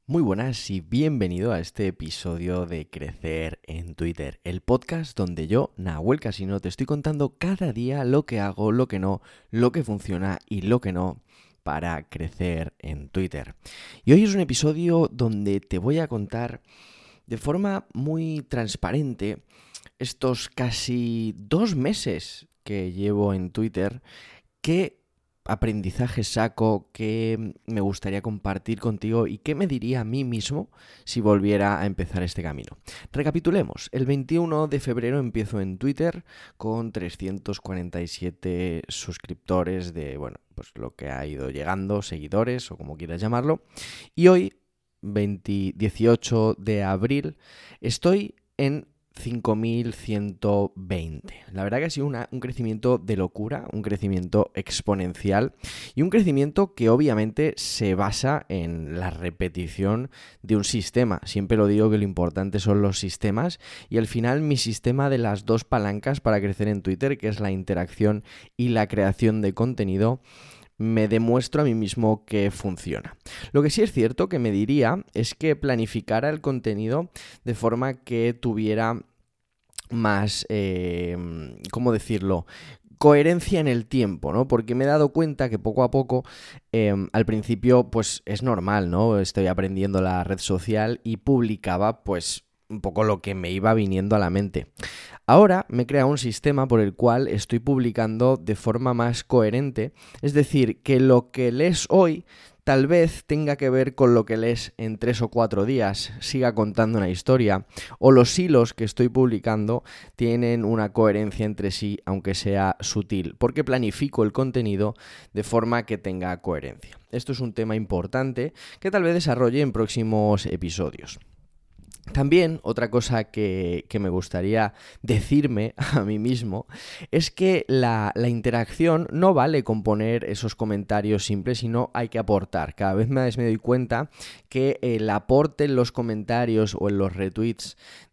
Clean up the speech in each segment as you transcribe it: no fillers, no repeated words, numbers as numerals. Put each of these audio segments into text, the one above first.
Muy buenas y bienvenido a este episodio de Crecer en Twitter, el podcast donde yo, Nahuel Casino, te estoy contando cada día lo que hago, lo que no, lo que funciona y lo que no para crecer en Twitter. Y hoy es un episodio donde te voy a contar de forma muy transparente estos casi 2 meses que llevo en Twitter, qué aprendizaje saco, qué me gustaría compartir contigo y qué me diría a mí mismo si volviera a empezar este camino. Recapitulemos, el 21 de febrero empiezo en Twitter con 347 suscriptores de, pues lo que ha ido llegando, seguidores o como quieras llamarlo. Y hoy, 18 de abril, estoy en 5.120. La verdad que ha sido un crecimiento de locura, un crecimiento exponencial y un crecimiento que obviamente se basa en la repetición de un sistema. Siempre lo digo que lo importante son los sistemas y al final mi sistema de las 2 palancas para crecer en Twitter, que es la interacción y la creación de contenido, me demuestro a mí mismo que funciona. Lo que sí es cierto que me diría es que planificara el contenido de forma que tuviera más, ¿cómo decirlo?, coherencia en el tiempo, ¿no? Porque me he dado cuenta que poco a poco, al principio, pues es normal, ¿no? Estoy aprendiendo la red social y publicaba, pues, un poco lo que me iba viniendo a la mente. Ahora me he creado un sistema por el cual estoy publicando de forma más coherente, es decir, que lo que lees hoy tal vez tenga que ver con lo que lees en 3 o 4 días, siga contando una historia, o los hilos que estoy publicando tienen una coherencia entre sí, aunque sea sutil, porque planifico el contenido de forma que tenga coherencia. Esto es un tema importante que tal vez desarrolle en próximos episodios. También otra cosa que me gustaría decirme a mí mismo es que la interacción no vale con poner esos comentarios simples, sino hay que aportar. Cada vez más me doy cuenta que el aporte en los comentarios o en los retweets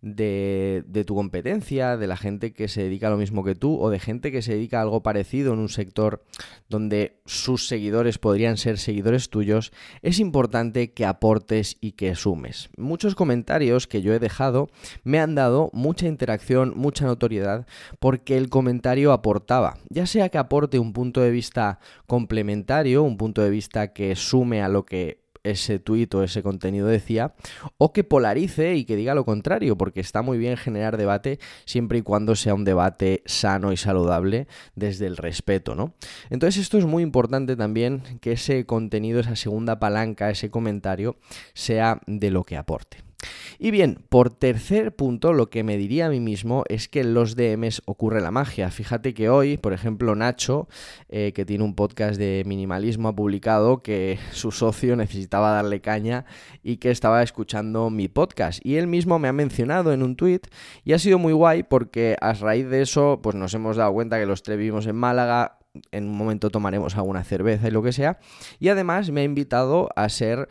de tu competencia, de la gente que se dedica a lo mismo que tú o de gente que se dedica a algo parecido en un sector donde sus seguidores podrían ser seguidores tuyos, es importante que aportes y que sumes. Muchos comentarios que yo he dejado me han dado mucha interacción, mucha notoriedad, porque el comentario aportaba, ya sea que aporte un punto de vista complementario, un punto de vista que sume a lo que ese tuit o ese contenido decía, o que polarice y que diga lo contrario, porque está muy bien generar debate siempre y cuando sea un debate sano y saludable desde el respeto, ¿no? Entonces esto es muy importante también, que ese contenido, esa segunda palanca, ese comentario, sea de lo que aporte. Y bien, por tercer punto, lo que me diría a mí mismo es que en los DMs ocurre la magia. Fíjate que hoy, por ejemplo, Nacho, que tiene un podcast de minimalismo, ha publicado que su socio necesitaba darle caña y que estaba escuchando mi podcast. Y él mismo me ha mencionado en un tuit y ha sido muy guay porque a raíz de eso, pues nos hemos dado cuenta que los 3 vivimos en Málaga. En un momento tomaremos alguna cerveza y lo que sea. Y además me ha invitado a ser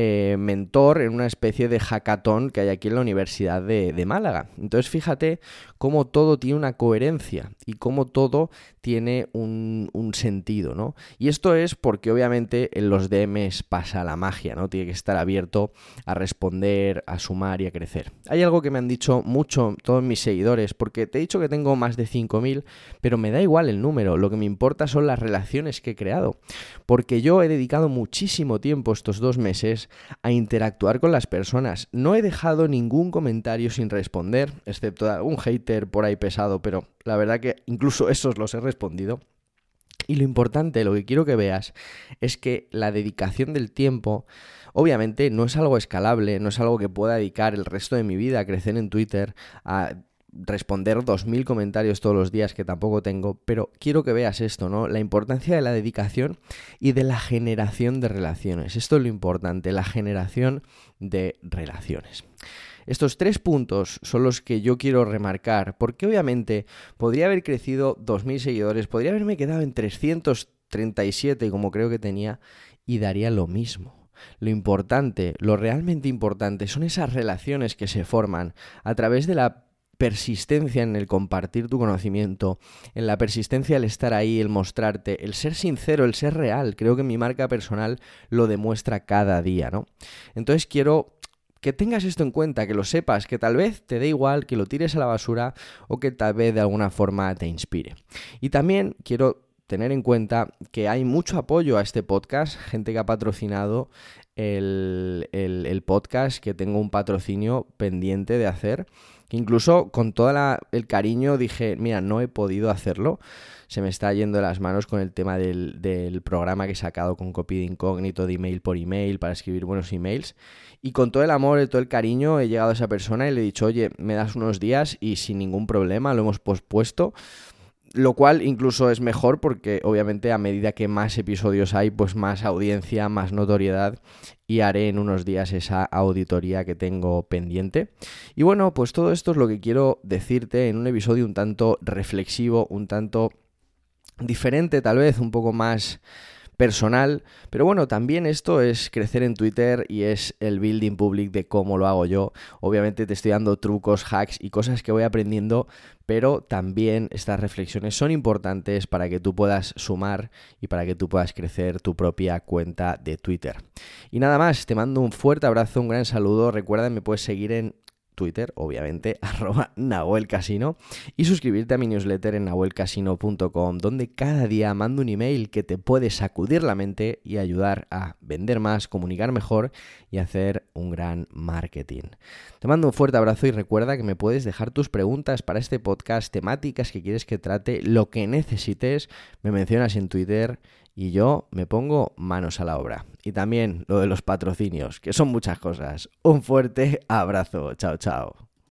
mentor en una especie de hackathon que hay aquí en la Universidad de Málaga. Entonces fíjate cómo todo tiene una coherencia y cómo todo tiene un sentido, ¿no? Y esto es porque obviamente en los DMs pasa la magia, ¿no? Tiene que estar abierto a responder, a sumar y a crecer. Hay algo que me han dicho mucho todos mis seguidores, porque te he dicho que tengo más de 5.000, pero me da igual el número, lo que me importa son las relaciones que he creado, porque yo he dedicado muchísimo tiempo estos 2 meses a interactuar con las personas. No he dejado ningún comentario sin responder, excepto algún hater por ahí pesado, pero la verdad que incluso esos los he respondido. Y lo importante, lo que quiero que veas, es que la dedicación del tiempo, obviamente, no es algo escalable, no es algo que pueda dedicar el resto de mi vida a crecer en Twitter, a responder 2.000 comentarios todos los días, que tampoco tengo, pero quiero que veas esto, ¿no? La importancia de la dedicación y de la generación de relaciones. Esto es lo importante, la generación de relaciones. Estos 3 puntos son los que yo quiero remarcar, porque obviamente podría haber crecido 2.000 seguidores, podría haberme quedado en 337 como creo que tenía, y daría lo mismo. Lo importante, lo realmente importante, son esas relaciones que se forman a través de la persistencia en el compartir tu conocimiento, en la persistencia el estar ahí, el mostrarte, el ser sincero, el ser real. Creo que mi marca personal lo demuestra cada día, ¿no? Entonces quiero que tengas esto en cuenta, que lo sepas, que tal vez te dé igual, que lo tires a la basura o que tal vez de alguna forma te inspire. Y también quiero tener en cuenta que hay mucho apoyo a este podcast, gente que ha patrocinado el podcast, que tengo un patrocinio pendiente de hacer, que incluso con todo el cariño dije, mira, no he podido hacerlo, se me está yendo de las manos con el tema del programa que he sacado con copy de incógnito, de email por email, para escribir buenos emails, y con todo el amor y todo el cariño he llegado a esa persona y le he dicho, oye, me das unos días y sin ningún problema lo hemos pospuesto. Lo cual incluso es mejor porque obviamente a medida que más episodios hay, pues más audiencia, más notoriedad, y haré en unos días esa auditoría que tengo pendiente. Y bueno, pues todo esto es lo que quiero decirte en un episodio un tanto reflexivo, un tanto diferente tal vez, un poco más personal, pero bueno, también esto es crecer en Twitter y es el building public de cómo lo hago yo. Obviamente te estoy dando trucos, hacks y cosas que voy aprendiendo, pero también estas reflexiones son importantes para que tú puedas sumar y para que tú puedas crecer tu propia cuenta de Twitter. Y nada más, te mando un fuerte abrazo, un gran saludo. Recuerda, me puedes seguir en Twitter, obviamente, @NahuelCasino, y suscribirte a mi newsletter en nahuelcasino.com, donde cada día mando un email que te puede sacudir la mente y ayudar a vender más, comunicar mejor y hacer un gran marketing. Te mando un fuerte abrazo y recuerda que me puedes dejar tus preguntas para este podcast, temáticas que quieres que trate, lo que necesites, me mencionas en Twitter y yo me pongo manos a la obra. Y también lo de los patrocinios, que son muchas cosas. Un fuerte abrazo. Chao, chao.